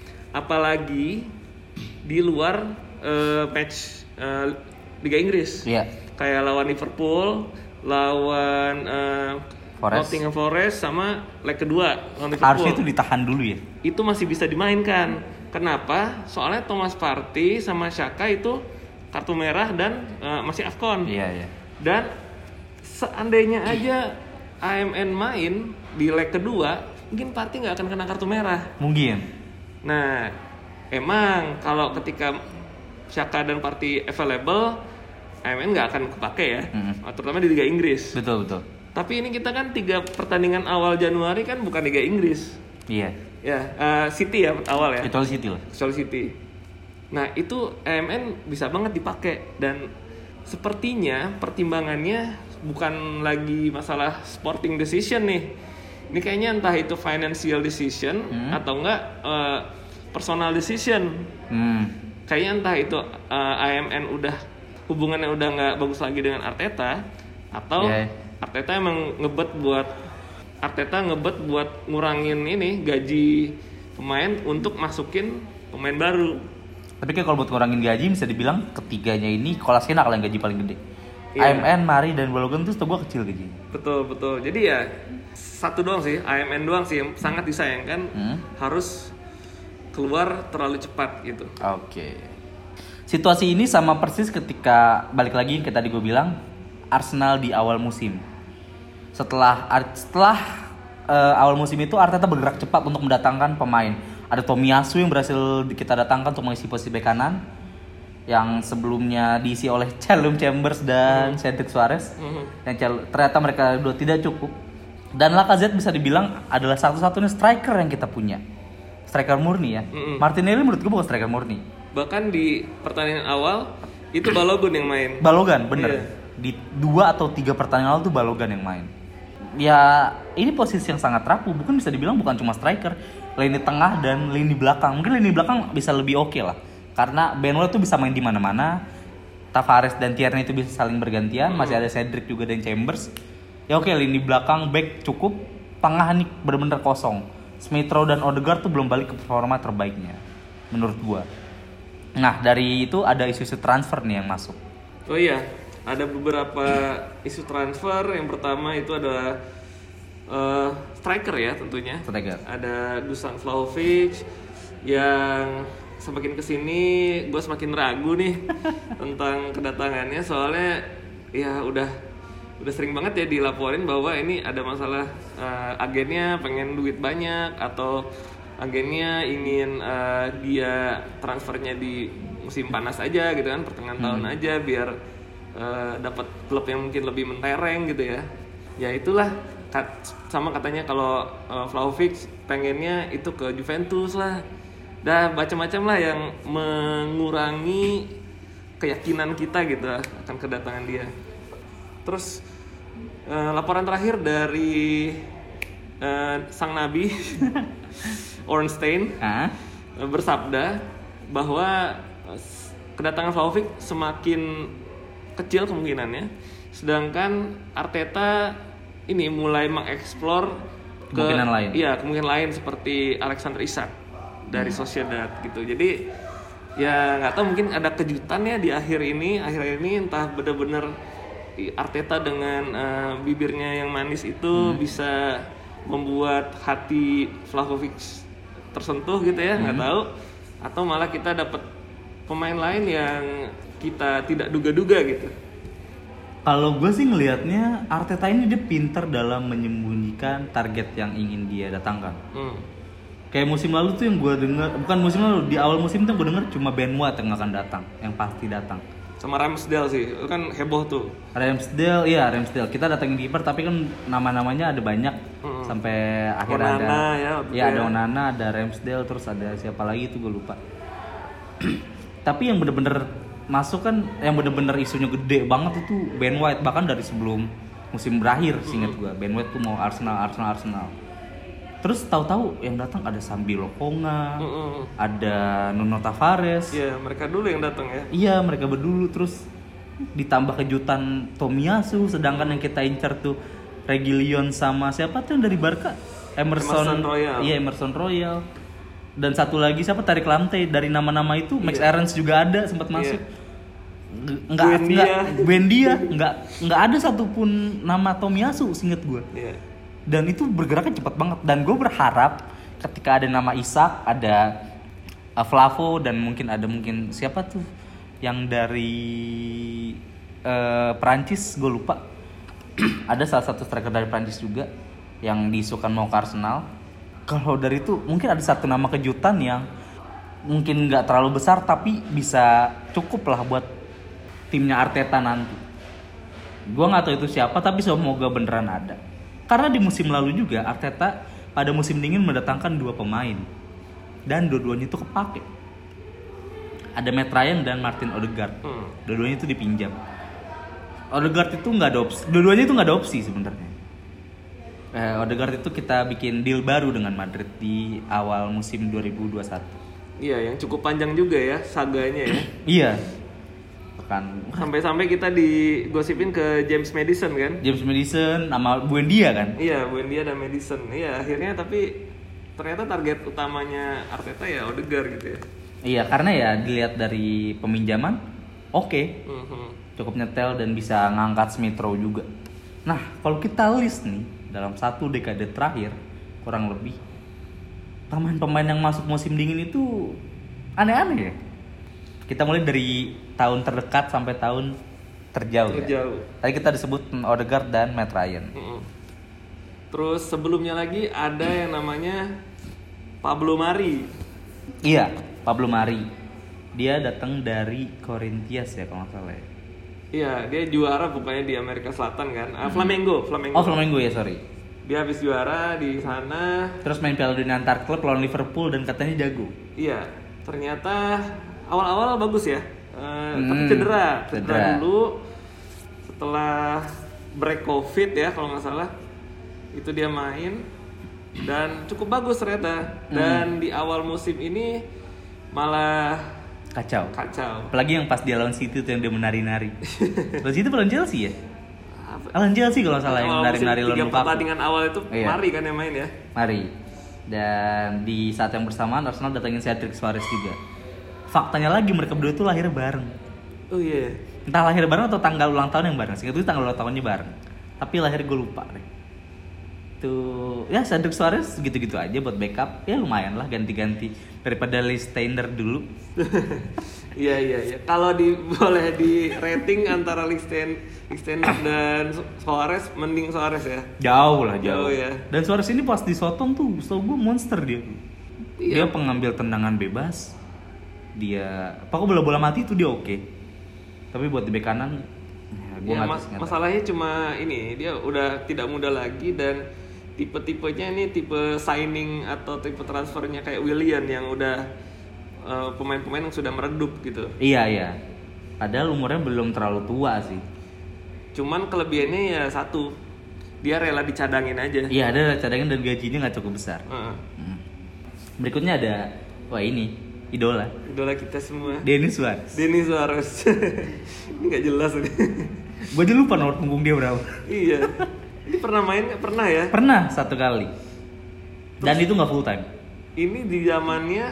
apalagi di luar uh, match uh, Liga Inggris, yeah. kayak lawan Liverpool, lawan uh, Forest. Nottingham Forest sama leg kedua lawan Liverpool. Harusnya itu ditahan dulu ya. Itu masih bisa dimainkan. Kenapa? Soalnya Thomas Partey sama Xhaka itu kartu merah dan uh, masih AFCON. Iya, iya. Dan seandainya aja A M N main di leg kedua, mungkin Partey nggak akan kena kartu merah. Mungkin. Nah, emang kalau ketika Xhaka dan Partey available, A M N nggak akan kepake ya, mm-hmm. terutama di Liga Inggris. Betul betul. Tapi ini kita kan tiga pertandingan awal Januari kan bukan Liga Inggris. Iya. Ya, uh, City ya awal ya. Kecuali City lah. Kecuali City. Nah itu A M N bisa banget dipakai dan sepertinya pertimbangannya bukan lagi masalah sporting decision nih. Ini kayaknya entah itu financial decision hmm. atau enggak uh, personal decision. Hmm. Kayaknya entah itu uh, A M N udah hubungannya udah nggak bagus lagi dengan Arteta atau yeah. Arteta emang ngebet buat Arteta ngebet buat ngurangin ini gaji pemain untuk masukin pemain baru. Tapi kan kalau buat ngurangin gaji bisa dibilang ketiganya ini Kolasinac yang gaji paling gede. Iya. A M N, Mari dan Balogun tuh setahu gue kecil gajinya. Betul betul. Jadi ya satu doang sih, A M N doang sih yang sangat disayangkan hmm? harus keluar terlalu cepat gitu. Oke. Okay. Situasi ini sama persis ketika balik lagi yang tadi gue bilang Arsenal di awal musim. Setelah setelah uh, awal musim itu Arteta bergerak cepat untuk mendatangkan pemain. Ada Tomiyasu yang berhasil kita datangkan untuk mengisi posisi bek kanan yang sebelumnya diisi oleh Callum Chambers dan mm. Cedric Suarez. Mm-hmm. Yang ternyata mereka dua tidak cukup. Dan Lacazette bisa dibilang adalah satu-satunya striker yang kita punya. Striker murni ya. Mm-hmm. Martinelli menurut gue bukan striker murni. Bahkan di pertandingan awal itu Balogun yang main. Balogun bener. Yeah. Di dua atau tiga pertandingan awal tuh Balogun yang main. Ya ini posisi yang sangat rapuh, bukan bisa dibilang bukan cuma striker, lini tengah dan lini belakang. Mungkin lini belakang bisa lebih oke okay lah, karena Ben White tuh bisa main di mana-mana. Tavares dan Tierney itu bisa saling bergantian, hmm. masih ada Cedric juga dan Chambers. Ya oke okay, lini belakang back cukup, tengah nih benar-benar kosong. Smith Rowe dan Odegaard tuh belum balik ke performa terbaiknya, menurut gua. Nah dari itu ada isu-isu transfer nih yang masuk. Oh iya. Ada beberapa isu transfer. Yang pertama itu adalah uh, striker ya tentunya. Striker. Ada Dusan Vlahovic yang semakin kesini gue semakin ragu nih tentang kedatangannya. Soalnya ya udah udah sering banget ya dilaporin bahwa ini ada masalah uh, agennya pengen duit banyak atau agennya ingin uh, dia transfernya di musim panas aja gitu kan, pertengahan hmm. tahun aja biar Uh, dapat klub yang mungkin lebih mentereng gitu ya. Ya itulah kat, sama katanya kalau uh, Vlahovic pengennya itu ke Juventus lah. Dah macam-macam lah yang mengurangi keyakinan kita gitu akan kedatangan dia. Terus uh, laporan terakhir dari uh, sang nabi Ornstein uh, bersabda bahwa uh, kedatangan Vlahovic semakin kecil kemungkinannya, sedangkan Arteta ini mulai mengeksplor kemungkinan lain. Iya, kemungkinan lain seperti Alexander Isak dari hmm. Sociedad gitu. Jadi Ya nggak tahu, mungkin ada kejutan ya di akhir ini, akhir ini entah benar-benar Arteta dengan uh, bibirnya yang manis itu hmm. bisa membuat hati Vlahovic tersentuh gitu ya, nggak hmm. tahu, atau malah kita dapat pemain lain yang kita tidak duga-duga gitu. Kalau gue sih ngelihatnya Arteta ini dia pintar dalam menyembunyikan target yang ingin dia datangkan. Hmm. Kayak musim lalu tuh yang gue dengar, bukan musim lalu, di awal musim tuh gue dengar cuma Ben White yang akan datang, yang pasti datang. Sama Ramsdale sih, itu kan heboh tuh. Ramsdale, iya Ramsdale. Kita datangin kiper, tapi kan nama-namanya ada banyak hmm. sampai akhirnya Onana, ada. Ya, ya ada Onana, ada Ramsdale, terus ada siapa lagi tuh gue lupa. Tapi yang bener-bener masuk kan, yang bener-bener isunya gede banget itu Ben White, bahkan dari sebelum musim berakhir, seingat gue. Ben White tuh mau Arsenal, Arsenal, Arsenal. Terus tahu-tahu yang datang ada Sambi Lokonga, mm-hmm. ada Nuno Tavares. Iya, mereka dulu yang datang ya. Iya, mereka berdulu. Terus ditambah kejutan Tomiyasu, sedangkan yang kita incar tuh Reguilon sama siapa tuh yang dari Barca? Emerson, Emerson Royal. Iya, Emerson Royal. Dan satu lagi siapa, tarik lantai dari nama-nama itu, Max yeah. Aarons juga ada sempat masuk. Yeah. Enggak enggak Buendia, enggak enggak ada satupun nama Tomiyasu seinget gue. Yeah. Dan itu bergeraknya cepat banget, dan gue berharap ketika ada nama Isak, ada uh, Flavo, dan mungkin ada mungkin siapa tuh yang dari uh, Perancis, gue lupa. Ada salah satu striker dari Perancis juga yang diisukan mau ke Arsenal. Kalau dari itu mungkin ada satu nama kejutan yang mungkin nggak terlalu besar tapi bisa cukup lah buat timnya Arteta nanti. Gue nggak tahu itu siapa, tapi semoga beneran ada. Karena di musim lalu juga Arteta pada musim dingin mendatangkan dua pemain dan dua-duanya itu kepake. Ada Matt Ryan dan Martin Odegaard. Hmm. Dua-duanya itu dipinjam. Odegaard itu nggak ada opsi. Dua-duanya itu nggak ada opsi sebenarnya. Eh, Odegaard itu kita bikin deal baru dengan Madrid di awal musim dua ribu dua puluh satu. Iya, yang cukup panjang juga ya saganya ya. Iya. Kan sampai-sampai kita digosipin ke James Maddison kan? James Maddison sama Buendia kan? Iya, Buendia dan Maddison. Iya, akhirnya tapi ternyata target utamanya Arteta ya Odegaard gitu ya. Iya, karena ya dilihat dari peminjaman oke. Okay. Mm-hmm. Cukup nyetel dan bisa ngangkat Smith Rowe juga. Nah, kalau kita list nih dalam satu dekade terakhir kurang lebih pemain-pemain yang masuk musim dingin itu aneh-aneh ya. Kita mulai dari tahun terdekat sampai tahun terjauh, terjauh. Ya. Tadi kita disebut Odegaard dan Matt Ryan. Mm-hmm. Terus sebelumnya lagi ada yang namanya Pablo Mari. Iya, Pablo Mari. Dia datang dari Corinthians ya kalau nggak salah ya. Iya, dia juara bukannya di Amerika Selatan kan? Ah, Flamengo, Flamengo. Oh, Flamengo ya, sorry. Dia habis juara di sana. Terus main Piala Dunia antar klub lawan Liverpool dan katanya jago. Iya, ternyata awal-awal bagus ya, uh, hmm, tapi cedera, cedera, cedera dulu. Setelah break COVID ya kalau nggak salah, itu dia main dan cukup bagus ternyata. Dan hmm. di awal musim ini malah kacau. Kacau. Apalagi yang pas dia lawan City tuh yang dia menari-nari. Lawan City lawan Chelsea ya? Lawan Chelsea kalau nggak salah yang menari-nari lawan Lukaku. Tiga pertandingan awal itu oh, iya. Mari kan yang main ya? Mari. Dan di saat yang bersamaan Arsenal datangin Cedric Suarez juga. Faktanya lagi mereka berdua itu lahir bareng. Oh iya. Yeah. Entah lahir bareng atau tanggal ulang tahun yang bareng. Seingat itu tanggal ulang tahunnya bareng. Tapi lahir gue lupa deh. Tuh, ya Cedric Suarez gitu-gitu aja buat backup. Ya lumayan lah ganti-ganti daripada Lichtsteiner dulu. Iya iya iya. Kalau di boleh di rating antara Lichtsteiner dan Suarez, mending Suarez ya. Jauh lah jauh. jauh ya. Dan Suarez ini pas di Sotong tuh, setahu gue monster dia. Iya. Dia pengambil tendangan bebas. Dia pokoknya bola-bola mati itu dia oke okay. Tapi buat di bek kanan ya, gua ya, mas- masalahnya cuma ini dia udah tidak muda lagi dan tipe-tipenya ini tipe signing atau tipe transfernya kayak Willian yang udah uh, pemain-pemain yang sudah meredup gitu. Iya iya. Padahal umurnya belum terlalu tua sih. Cuman kelebihannya ya satu, dia rela dicadangin aja. Iya ada cadangin dan gajinya nggak cukup besar. Uh. Hmm. Berikutnya ada wah ini idola idola kita semua Denis Suarez Denis Suarez ini nggak jelas ini. Gue aja lupa nomor punggung dia berapa. Iya, ini pernah main pernah ya? Pernah satu kali. Dan terus, itu nggak full time. Ini di zamannya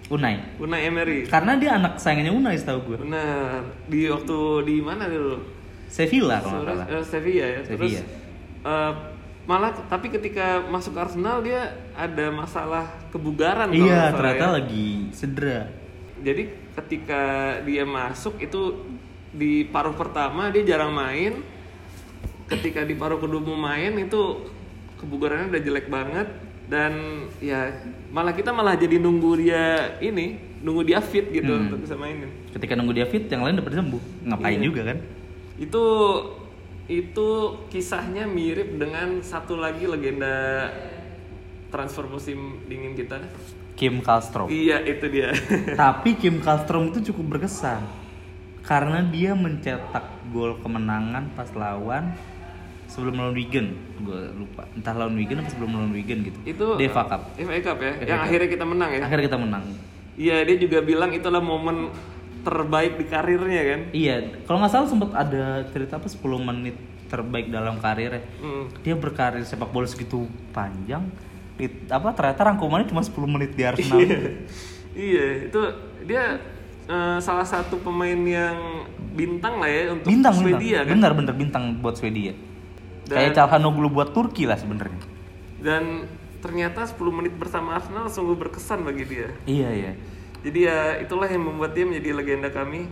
Unai. Unai Emery. Karena dia anak sayangannya Unai setahu gue. Benar. Di waktu di mana dulu? Sevilla kalau nggak salah. Uh, Sevilla ya. Sevilla. Terus uh, malah tapi ketika masuk Arsenal dia ada masalah kebugaran. Iya, ternyata ya. lagi cedera. Jadi ketika dia masuk itu di paruh pertama dia jarang main. Ketika di paruh kedua mau main itu kebugarannya udah jelek banget. Dan ya malah kita malah jadi nunggu dia ini, nunggu dia fit gitu hmm. untuk bisa mainin. Ketika nunggu dia fit, yang lain udah pada sembuh. Ngapain iya. juga kan? Itu itu kisahnya mirip dengan satu lagi legenda transfer musim dingin kita, Kim Kallstrom. Iya, itu dia. Tapi Kim Kallstrom itu cukup berkesan karena dia mencetak gol kemenangan pas lawan sebelum lawan Wigan, gue lupa entah lawan Wigan atau sebelum lawan Wigan gitu. Itu F A Cup. F A Cup ya, F A yang Cup. akhirnya kita menang ya. Akhirnya kita menang. Iya, dia juga bilang itulah momen terbaik di karirnya kan. Iya, kalau nggak salah sempat ada cerita apa sepuluh menit terbaik dalam karirnya. Hmm. Dia berkarir sepak bola segitu panjang, it, apa ternyata rangkumannya cuma sepuluh menit di Arsenal. Iya, itu dia uh, salah satu pemain yang bintang lah ya untuk bintang, Swedia bintang. kan. Benar-benar bintang buat Swedia. Dan, kayak Calhanoglu buat Turki lah sebenarnya. Dan ternyata sepuluh menit bersama Arsenal sungguh berkesan bagi dia. Iya, iya. Jadi ya itulah yang membuat dia menjadi legenda kami.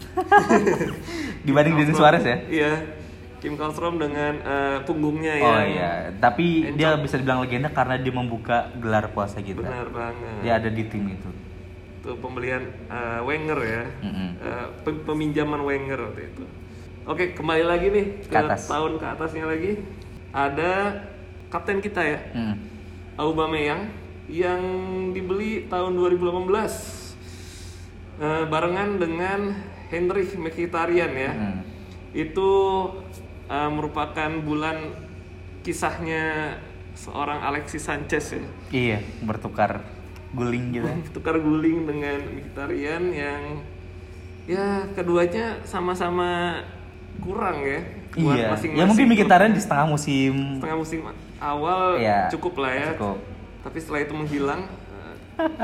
Dibanding Denis Suarez ya? Iya. Kim Kallstrom dengan uh, punggungnya ya. Oh iya, tapi Encok. Dia bisa dibilang legenda karena dia membuka gelar puasa kita. Benar banget. Dia ada di tim itu. Itu pembelian uh, Wenger ya. Mm-hmm. Uh, peminjaman Wenger waktu itu. Oke, kembali lagi nih ke, ke tahun ke atasnya lagi. Ada kapten kita ya, mm. Aubameyang yang dibeli tahun dua ribu delapan belas uh, barengan dengan Henrikh Mkhitaryan ya. Mm. Itu uh, merupakan bulan kisahnya seorang Alexis Sanchez ya. Iya, bertukar guling gitu. Bertukar guling dengan Mkhitaryan yang ya keduanya sama-sama kurang ya buat iya. masing-masing. Ya mungkin Mkhitaryan di setengah musim setengah musim awal ya, cukup lah ya. Cukup. Tapi setelah itu menghilang. uh,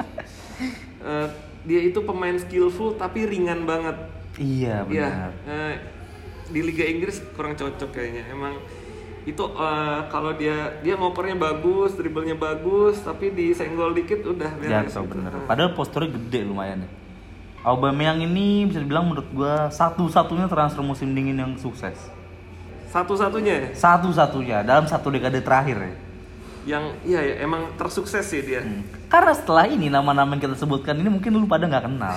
uh, dia itu pemain skillful tapi ringan banget. Iya benar. Ya, uh, di Liga Inggris kurang cocok kayaknya. Emang itu uh, kalau dia dia ngopernya bagus, dribblenya bagus, tapi disenggol dikit udah beres. Jatuh bener. Nah. Padahal posturnya gede lumayan ya. Aubameyang ini bisa dibilang menurut gua satu-satunya transfer musim dingin yang sukses. Satu-satunya? Satu-satunya dalam satu dekade terakhir ya. Yang iya ya emang tersukses sih dia. Hmm. Karena setelah ini nama-nama yang kita sebutkan ini mungkin lu pada nggak kenal.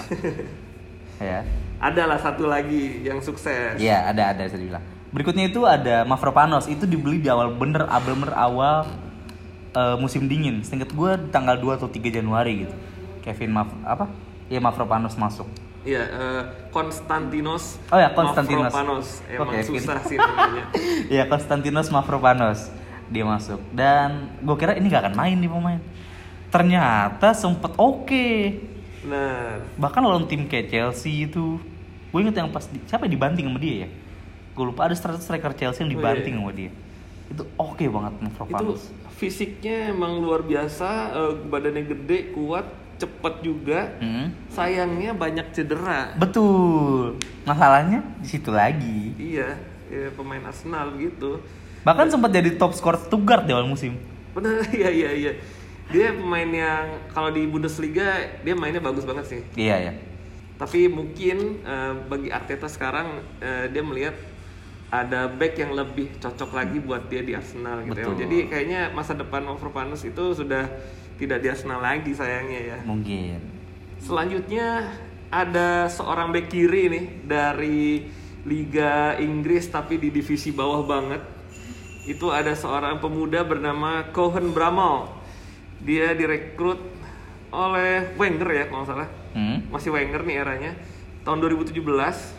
Ya. Adalah satu lagi yang sukses. Iya ada ada bisa dibilang. Berikutnya itu ada Mavropanos, itu dibeli di awal bener bener awal uh, musim dingin. Seinget gue tanggal dua atau tiga Januari gitu. Kevin Mav apa? Iya Mavropanos masuk. Iya, uh, Konstantinos. Oh ya Konstantinos. Mavropanos. Emang okay, susah gitu. Sih namanya. Iya Konstantinos Mavropanos dia masuk. Dan gue kira ini gak akan main nih pemain. Ternyata sempet oke. Okay. Nah, bahkan lawan tim kayak Chelsea itu, gue inget yang pas di, siapa yang dibanting sama dia ya? Gue lupa ada striker Chelsea yang dibanting oh, iya. sama dia. Itu oke okay banget Mavropanos. Itu fisiknya emang luar biasa, uh, badannya gede, kuat, cepet juga. Hmm. Sayangnya banyak cedera. Betul. Masalahnya di situ lagi. Iya, ya, pemain Arsenal gitu. Bahkan sempat jadi top skor Stuttgart di awal musim. Benar, iya iya iya. Dia pemain yang kalau di Bundesliga dia mainnya bagus banget sih. Iya ya. Tapi mungkin uh, bagi Arteta sekarang uh, dia melihat ada back yang lebih cocok lagi buat dia di Arsenal gitu. Betul. Ya. Jadi kayaknya masa depan Mavropanos itu sudah tidak di Arsenal lagi sayangnya ya. Mungkin. Selanjutnya ada seorang back kiri nih dari Liga Inggris tapi di divisi bawah banget. Itu ada seorang pemuda bernama Koen Bramall. Dia direkrut oleh Wenger ya kalau nggak salah. Hmm? Masih Wenger nih eranya. Tahun dua ribu tujuh belas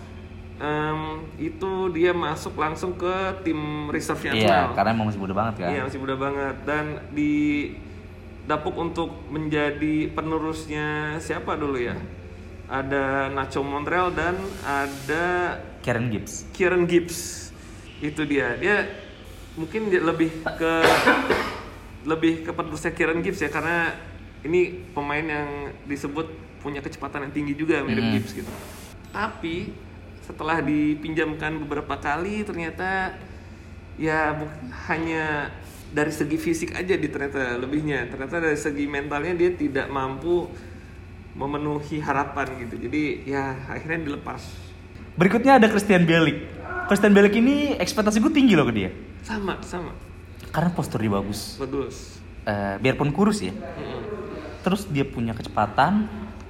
um, itu dia masuk langsung ke tim reserve-nya Arsenal. Iya, karena emang masih muda banget kan. Iya, masih muda banget dan di dapuk untuk menjadi penerusnya siapa dulu ya? Ada Nacho Monreal dan ada Kieran Gibbs. Kieran Gibbs. Itu dia. Dia mungkin dia lebih ke lebih ke penerusnya Kieran Gibbs ya karena ini pemain yang disebut punya kecepatan yang tinggi juga mirip Hmm. Gibbs gitu. Tapi setelah dipinjamkan beberapa kali ternyata ya bu- hanya dari segi fisik aja di ternyata lebihnya. Ternyata dari segi mentalnya dia tidak mampu memenuhi harapan gitu. Jadi ya akhirnya dilepas. Berikutnya ada Christian Bielik. Christian Bielik ini ekspektasi gue tinggi loh ke dia. Sama, sama. Karena postur dia bagus. Bagus. Eh, biarpun kurus ya. Mm-mm. Terus dia punya kecepatan.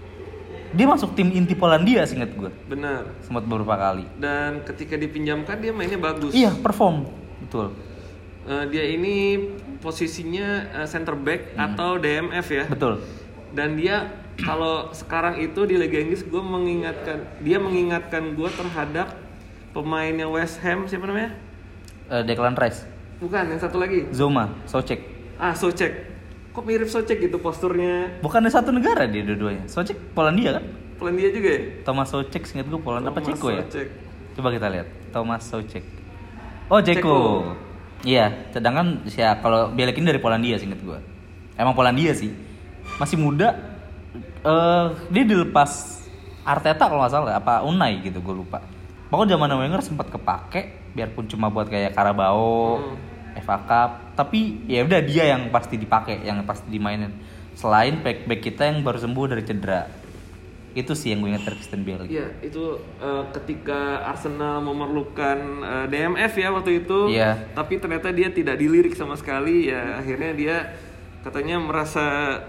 Dia masuk tim inti Polandia seingat gue. Benar. Sempat beberapa kali. Dan ketika dipinjamkan dia mainnya bagus. Iya, perform. Betul. Eh, dia ini posisinya eh, center back Hmm. atau D M F ya. Betul. Dan dia kalau sekarang itu di Liga Inggris gue mengingatkan dia mengingatkan gue terhadap pemainnya West Ham siapa namanya? Eh, Declan Rice. Bukan, yang satu lagi. Zoma, Soucek. Ah, Soucek. Kok mirip Soucek gitu posturnya? Bukannya satu negara dia dua-duanya. Soucek Polandia kan? Polandia juga ya? Thomas Soucek seingat gue Polandia apa Thomas Ceko ya? Soucek. Coba kita lihat. Thomas Soucek. Oh, Ceko. Ceko. Iya, sedangkan ya kalau Bielik ini dari Polandia seingat gue. Emang Polandia sih. Masih muda. Eh, dia dilepas Arteta kalau nggak salah, apa Unai gitu, gue lupa. Pokoknya zaman Wenger sempat kepake, biarpun cuma buat kayak Carabao, Hmm. F A Cup. Tapi ya udah dia yang pasti dipakai, yang pasti dimainin. Selain back-back kita yang baru sembuh dari cedera. Itu sih yang gue ingat dari Christian Bielik. Iya, itu eh, ketika Arsenal memerlukan eh, D M F ya waktu itu. Iya. Tapi ternyata dia tidak dilirik sama sekali. Ya akhirnya dia katanya merasa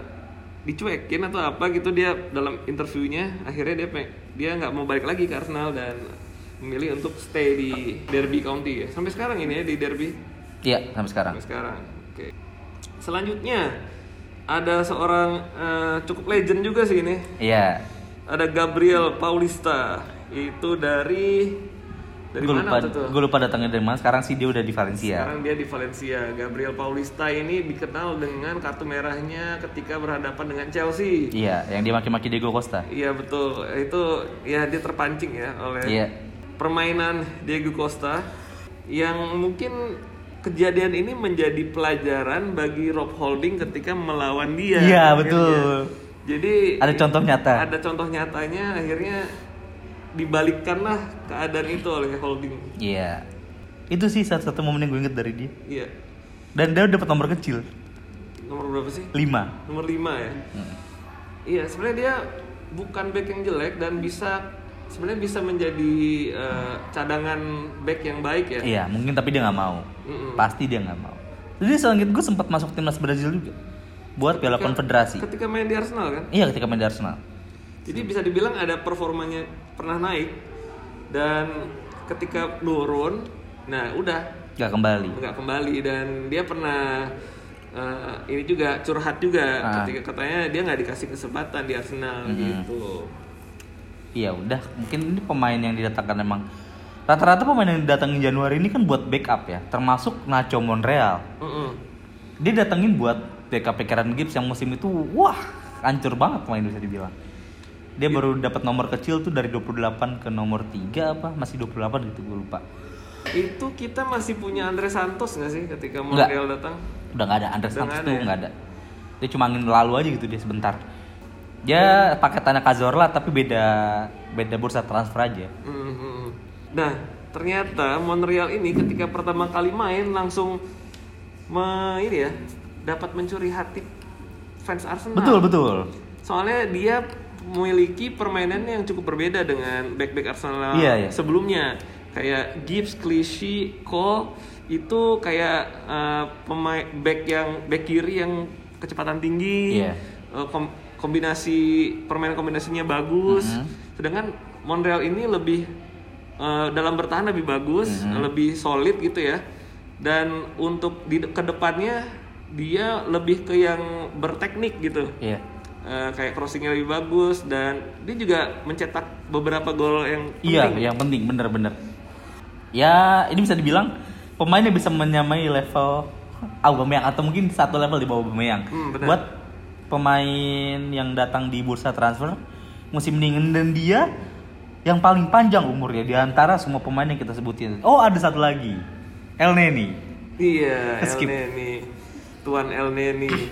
dicuekin atau apa gitu dia dalam interviewnya. Akhirnya dia peng- dia nggak mau balik lagi ke Arsenal dan memilih untuk stay di Derby County ya. Sampai sekarang ini ya di Derby. Iya, sampai sekarang. Sampai sekarang. Oke. Selanjutnya ada seorang eh, cukup legend juga sih ini. Iya. Ada Gabriel Paulista. Itu dari dari Gue mana lupa, waktu itu? gue lupa datangnya dari mana. Sekarang sih dia udah di Valencia. Sekarang dia di Valencia. Gabriel Paulista ini dikenal dengan kartu merahnya ketika berhadapan dengan Chelsea. Iya, yang dia maki-maki Diego Costa. Iya betul. Itu ya dia terpancing ya oleh Iya. permainan Diego Costa yang mungkin kejadian ini menjadi pelajaran bagi Rob Holding ketika melawan dia. Iya, akhirnya. betul. Jadi Ada contoh nyata. Ada contoh nyatanya akhirnya dibalikkanlah keadaan itu oleh Holding. Iya. Itu sih satu-satu momen yang gue inget dari dia. Iya. Dan dia dapat nomor kecil, Nomor berapa sih? lima. Nomor lima ya. Hmm. Iya, sebenarnya dia bukan back yang jelek dan bisa sebenarnya bisa menjadi eh, cadangan back yang baik ya. Iya, mungkin tapi dia nggak mau. Mm-mm. Pasti dia nggak mau. Jadi selanjutnya gue sempat masuk timnas Brazil juga, buat Piala Ketika- Konfederasi. Ketika main di Arsenal kan. Iya, ketika main di Arsenal. Jadi bisa dibilang ada performanya pernah naik dan ketika turun, nah udah Gak kembali. nggak kembali dan dia pernah eh, ini juga curhat juga Ah. ketika katanya dia nggak dikasih kesempatan di Arsenal Mm-mm. gitu. Iya udah, mungkin ini pemain yang didatangkan emang rata-rata pemain yang didatangin Januari ini kan buat backup ya, termasuk Nacho Monreal. Mm-mm. Dia datengin buat backup Kieran Gibbs yang musim itu wah hancur banget main bisa dibilang. Dia baru dapat nomor kecil tuh dari dua puluh delapan ke nomor tiga apa masih dua puluh delapan gitu gue lupa. Itu kita masih punya Andre Santos nggak sih ketika Nggak. Monreal datang? Udah nggak ada Andres Udah Santos nggak tuh ada ya? nggak ada. Dia cuma angin lalu aja gitu dia sebentar. Dia paketannya Cazorla tapi beda beda bursa transfer aja. Mhm. Nah, ternyata Monreal ini ketika pertama kali main langsung me, ini ya dapat mencuri hati fans Arsenal. Betul betul. Soalnya dia memiliki permainan yang cukup berbeda dengan back-back Arsenal Iya, iya. sebelumnya. Kayak Gibbs, Clichy, Cole itu kayak eh, pemain back yang back kiri yang kecepatan tinggi. Iya. eh, kom- kombinasi permainan kombinasinya bagus. Mhm. Sedangkan Monreal ini lebih eh, dalam bertahan lebih bagus, Mhm. lebih solid gitu ya. Dan untuk di kedepannya dia lebih ke yang berteknik gitu. Iya. Eh, kayak crossingnya lebih bagus dan dia juga mencetak beberapa gol yang Iya, penting. yang penting bener-bener. Ya, ini bisa dibilang pemain yang bisa menyamai level Aubameyang atau mungkin satu level di bawah Aubameyang. Hmm, benar. Buat pemain yang datang di bursa transfer musim dingin dan dia yang paling panjang umurnya di antara semua pemain yang kita sebutin. Oh, ada satu lagi. El Neni. Iya, El Skip. Neni, Tuan El Neni.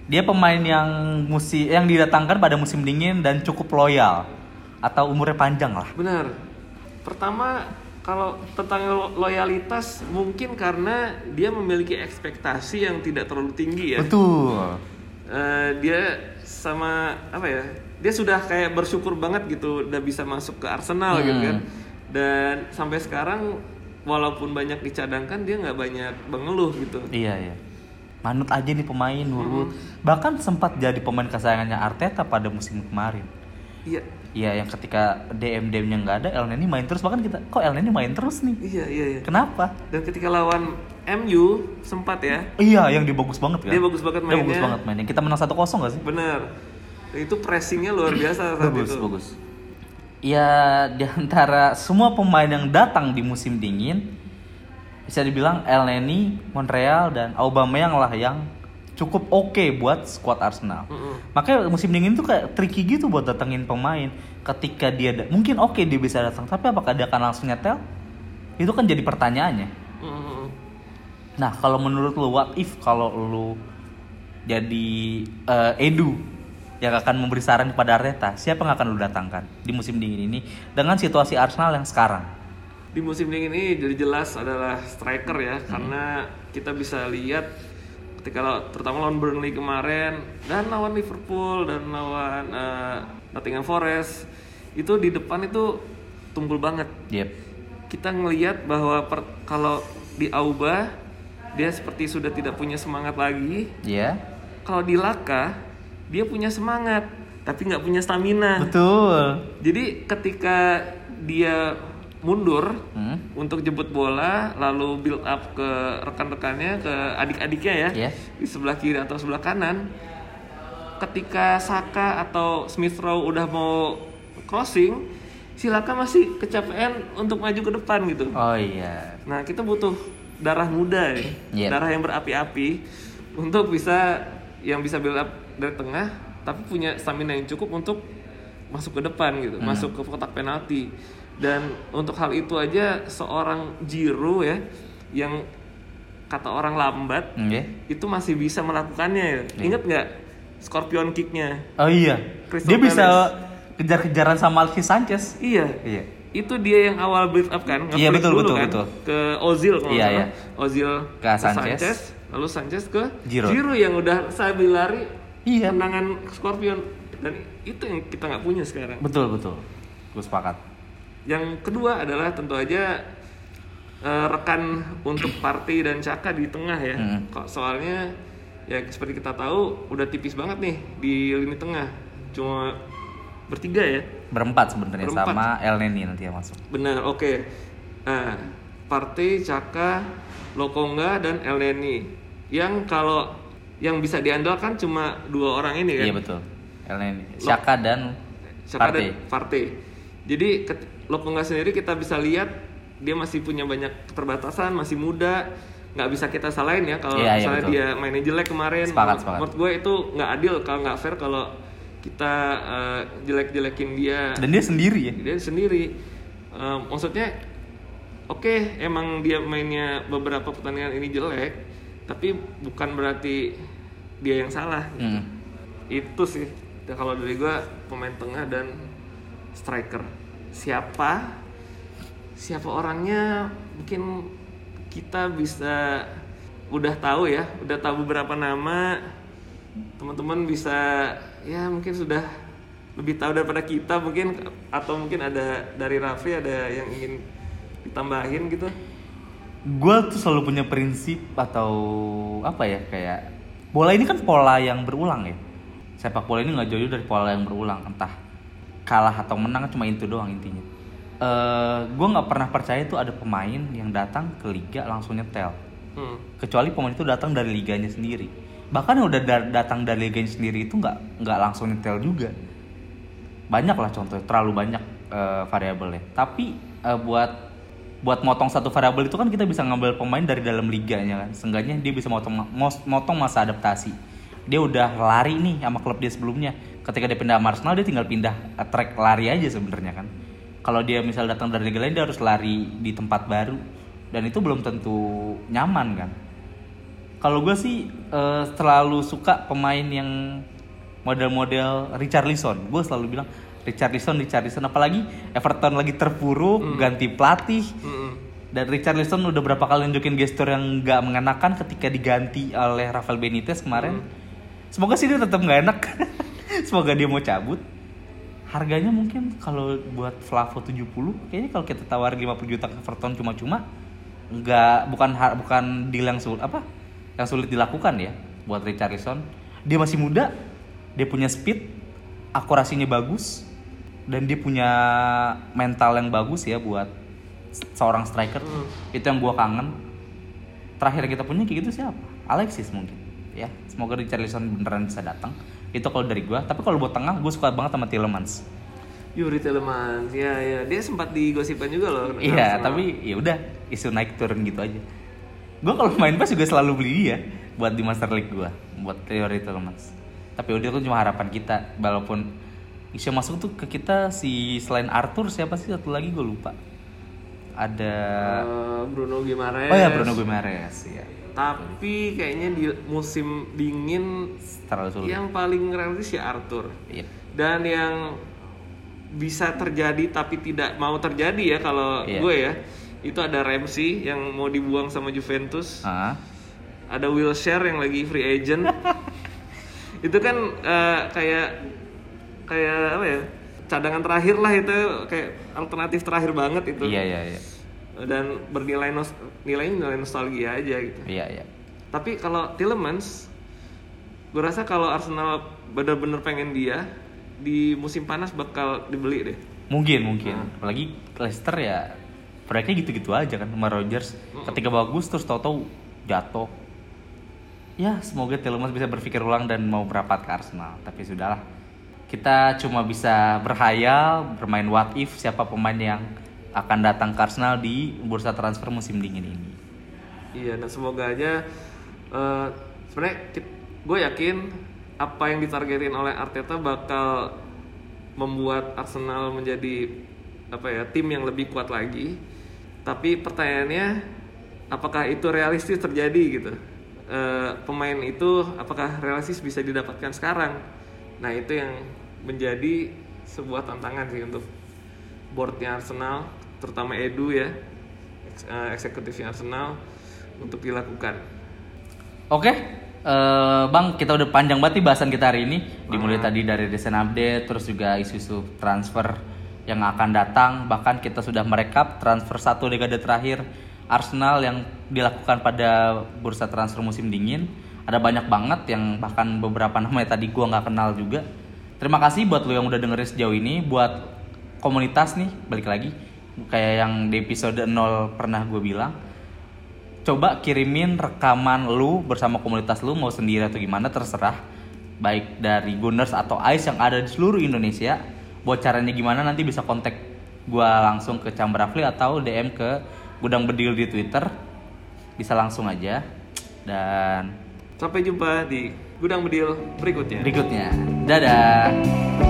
Dia pemain yang musim yang didatangkan pada musim dingin dan cukup loyal atau umurnya panjang lah. Benar. Pertama, kalau tentang lo- loyalitas mungkin karena dia memiliki ekspektasi yang tidak terlalu tinggi ya. Betul. Uh, dia sama apa ya? Dia sudah kayak bersyukur banget gitu udah bisa masuk ke Arsenal Hmm. gitu kan. Dan sampai sekarang walaupun banyak dicadangkan dia nggak banyak mengeluh gitu. Iya iya. Manut aja nih pemain Woodward. Bahkan sempat jadi pemain kesayangannya Arteta pada musim kemarin. Iya. Iya, yang ketika D M D M-nya nggak ada, Elneny main terus. Bahkan kita, kok Elneny main terus nih? Iya iya iya. Kenapa? Dan ketika lawan M U sempat ya. Iya, yang dia bagus banget kan? Dia bagus banget Dia mainnya. bagus banget mainnya. Kita menang satu kosong gak sih? Bener. Itu pressingnya luar biasa saat Bagus, itu. bagus. Ya, di antara semua pemain yang datang di musim dingin, bisa dibilang Elneny, Monreal, dan Aubameyang lah yang cukup oke buat squad Arsenal. Mm-mm. Makanya musim dingin itu kayak tricky gitu buat datengin pemain. Ketika dia da- mungkin oke dia bisa datang, tapi apakah dia akan langsung nyetel? Itu kan jadi pertanyaannya. Mm-mm. Nah, kalau menurut lu, what if kalau lu jadi eh, Edu yang akan memberi saran kepada Arteta, siapa yang akan lu datangkan di musim dingin ini dengan situasi Arsenal yang sekarang? Di musim dingin ini jadi jelas adalah striker ya, hmm. karena kita bisa lihat ketika law- terutama lawan Burnley kemarin dan lawan Liverpool dan lawan uh, Nottingham Forest itu di depan itu tunggul banget. Yep. Kita ngelihat bahwa per, kalau di Auba dia seperti sudah tidak punya semangat lagi. Iya. Yeah. Kalau di Laka dia punya semangat tapi nggak punya stamina. Betul. Jadi ketika dia mundur Hmm. untuk jemput bola lalu build up ke rekan-rekannya, ke adik-adiknya ya, Yeah. di sebelah kiri atau sebelah kanan, ketika Saka atau Smith Rowe udah mau crossing, si Laka masih kecapean untuk maju ke depan gitu. Oh iya. Nah, kita butuh darah muda ya, Yeah. darah yang berapi-api untuk bisa yang bisa build up dari tengah tapi punya stamina yang cukup untuk masuk ke depan gitu, Hmm. masuk ke kotak penalti. Dan untuk hal itu aja seorang Giroud ya yang kata orang lambat, Okay. itu masih bisa melakukannya ya. Yeah. Ingat nggak scorpion kicknya? Oh iya. Crystal Dia bisa Palace. kejar-kejaran sama Alexis Sanchez. Iya. Iya. Itu dia yang awal build up kan, Iya, nge-flick betul, dulu betul, kan betul. ke Ozil kalau Iya, nggak salah. iya. Ozil Ke Sanchez. lalu Sanchez ke Giroud. Giroud yang udah sambil lari Iya. tendangan Scorpion, dan itu yang kita nggak punya sekarang. Betul, betul. Gue sepakat. Yang kedua adalah tentu aja eh, rekan untuk Partey dan Xhaka di tengah ya. Hmm. Kok soalnya ya seperti kita tahu udah tipis banget nih di lini tengah, cuma bertiga ya. Berempat sebenarnya Berempat. sama Elneny nanti yang masuk. Benar, oke. Nah, Partey, Xhaka, Lokonga dan Elneny. Yang kalau yang bisa diandalkan cuma dua orang ini kan. Iya betul. Elneny, Xhaka dan Xhaka Partey. dan Partey. Jadi ket- Lokonga sendiri kita bisa lihat dia masih punya banyak keterbatasan, masih muda, nggak bisa kita salahin ya kalau Iya, iya, misalnya betul. dia mainnya jelek kemarin. Sepakat, Menurut- sepakat. Menurut gue itu nggak adil, kalau nggak fair kalau kita eh, jelek-jelekin dia. Dan dia sendiri ya. Dia sendiri. Eh, maksudnya, oke emang dia mainnya beberapa pertandingan ini jelek, tapi bukan berarti dia yang salah. Hmm. Itu sih ya, kalau dari gue pemain tengah dan striker. Siapa siapa orangnya mungkin kita bisa udah tahu ya, udah tahu beberapa nama. Teman-teman bisa ya mungkin sudah lebih tahu daripada kita mungkin, atau mungkin ada dari Raffi ada yang ingin ditambahin gitu. Gue tuh selalu punya prinsip atau apa ya, kayak bola ini kan pola yang berulang ya. Sepak bola ini nggak jauh dari pola yang berulang, entah kalah atau menang cuma itu doang intinya. Uh, gue nggak pernah percaya tuh ada pemain yang datang ke liga langsung nyetel, Hmm. kecuali pemain itu datang dari liganya sendiri. Bahkan yang udah da- datang dari liganya sendiri itu nggak nggak langsung nyetel juga. Banyak lah contohnya, terlalu banyak uh, variabelnya. Tapi uh, buat buat motong satu variabel itu kan kita bisa ngambil pemain dari dalam liganya kan. Seenggaknya dia bisa motong mos- motong masa adaptasi. Dia udah lari nih sama klub dia sebelumnya. Ketika dia pindah sama Arsenal, dia tinggal pindah uh, track lari aja sebenarnya kan. Kalau dia misal datang dari liga lain, dia harus lari di tempat baru, dan itu belum tentu nyaman kan. Kalau gue sih uh, selalu suka pemain yang model-model Richarlison. Gue selalu bilang Richarlison, Richarlison. Apalagi Everton lagi terpuruk, mm. ganti pelatih. Mm-mm. Dan Richarlison udah berapa kali nunjukin gestur yang gak mengenakan ketika diganti oleh Rafael Benitez kemarin. Mm. Semoga sih dia tetap gak enak. Semoga dia mau cabut. Harganya mungkin kalau buat Flavo tujuh puluh, kayaknya kalau kita tawarin lima puluh juta ke Everton cuma-cuma, nggak bukan bukan deal yang sulit apa? Yang sulit dilakukan ya buat Richarlison. Dia masih muda, dia punya speed, akurasinya bagus, dan dia punya mental yang bagus ya buat seorang striker. Hmm. Itu yang gua kangen. Terakhir kita punya kayak gitu siapa? Alexis mungkin. Ya, semoga Richarlison beneran bisa datang. Itu kalau dari gue. Tapi kalau buat tengah, gue suka banget sama Tielemans. Yuri Tielemans, ya ya, dia sempat digosipkan juga loh. Iya, tapi ya udah isu naik turun gitu aja. Gue kalau main pas juga selalu beli dia buat di Master League gue, buat Yuri Tielemans. Tapi udah itu cuma harapan kita, walaupun isu masuk tuh ke kita si selain Arthur siapa sih satu lagi gue lupa. Ada uh, Bruno Guimaraes. Oh ya Bruno Guimaraes ya. Tapi kayaknya di musim dingin terlalu sulit. Yang paling realistis ya Arthur. Iya. Dan yang bisa terjadi tapi tidak mau terjadi ya kalau iya. gue ya, itu ada Ramsey yang mau dibuang sama Juventus. Uh-huh. Ada Wilshere yang lagi free agent. Itu kan uh, kayak kayak apa ya? Cadangan terakhir lah itu, kayak alternatif terakhir banget itu. Iya iya iya. Dan bernilai nos, nilainya nilai nostalgia aja gitu. Iya iya. Tapi kalau Tielemans, gue rasa kalau Arsenal benar-benar pengen dia di musim panas bakal dibeli deh. Mungkin mungkin. Hmm. Apalagi Leicester ya, proyeknya gitu-gitu aja kan sama Rodgers. Hmm. Ketika bagus terus tahu-tahu jatuh. Ya semoga Tielemans bisa berpikir ulang dan mau berapat ke Arsenal. Tapi sudahlah. Kita cuma bisa berhayal, bermain what if siapa pemain yang akan datang ke Arsenal di bursa transfer musim dingin ini. Iya, dan semoga aja uh, sebenarnya gue yakin apa yang ditargetin oleh Arteta bakal membuat Arsenal menjadi apa ya, tim yang lebih kuat lagi. Tapi pertanyaannya, apakah itu realistis terjadi gitu? Uh, pemain itu apakah realistis bisa didapatkan sekarang? Nah, itu yang menjadi sebuah tantangan sih untuk boardnya Arsenal, terutama Edu ya, eksekutifnya Arsenal, untuk dilakukan. Oke, uh, Bang, kita udah panjang banget nih bahasan kita hari ini. Dimulai ah. tadi dari recent update, terus juga isu-isu transfer yang akan datang. Bahkan kita sudah merekap transfer satu dekade terakhir Arsenal yang dilakukan pada bursa transfer musim dingin. Ada banyak banget yang bahkan beberapa namanya tadi gua nggak kenal juga. Terima kasih buat lo yang udah dengerin sejauh ini. Buat komunitas nih, balik lagi kayak yang di episode nol pernah gue bilang, coba kirimin rekaman lu bersama komunitas lu, mau sendiri atau gimana terserah, baik dari Gunners atau Ice yang ada di seluruh Indonesia. Buat caranya gimana nanti bisa kontak gue langsung ke Camberafli atau D M ke Gudang Bedil di Twitter, bisa langsung aja. Dan sampai jumpa di Gudang Bedil berikutnya. Berikutnya, dadah.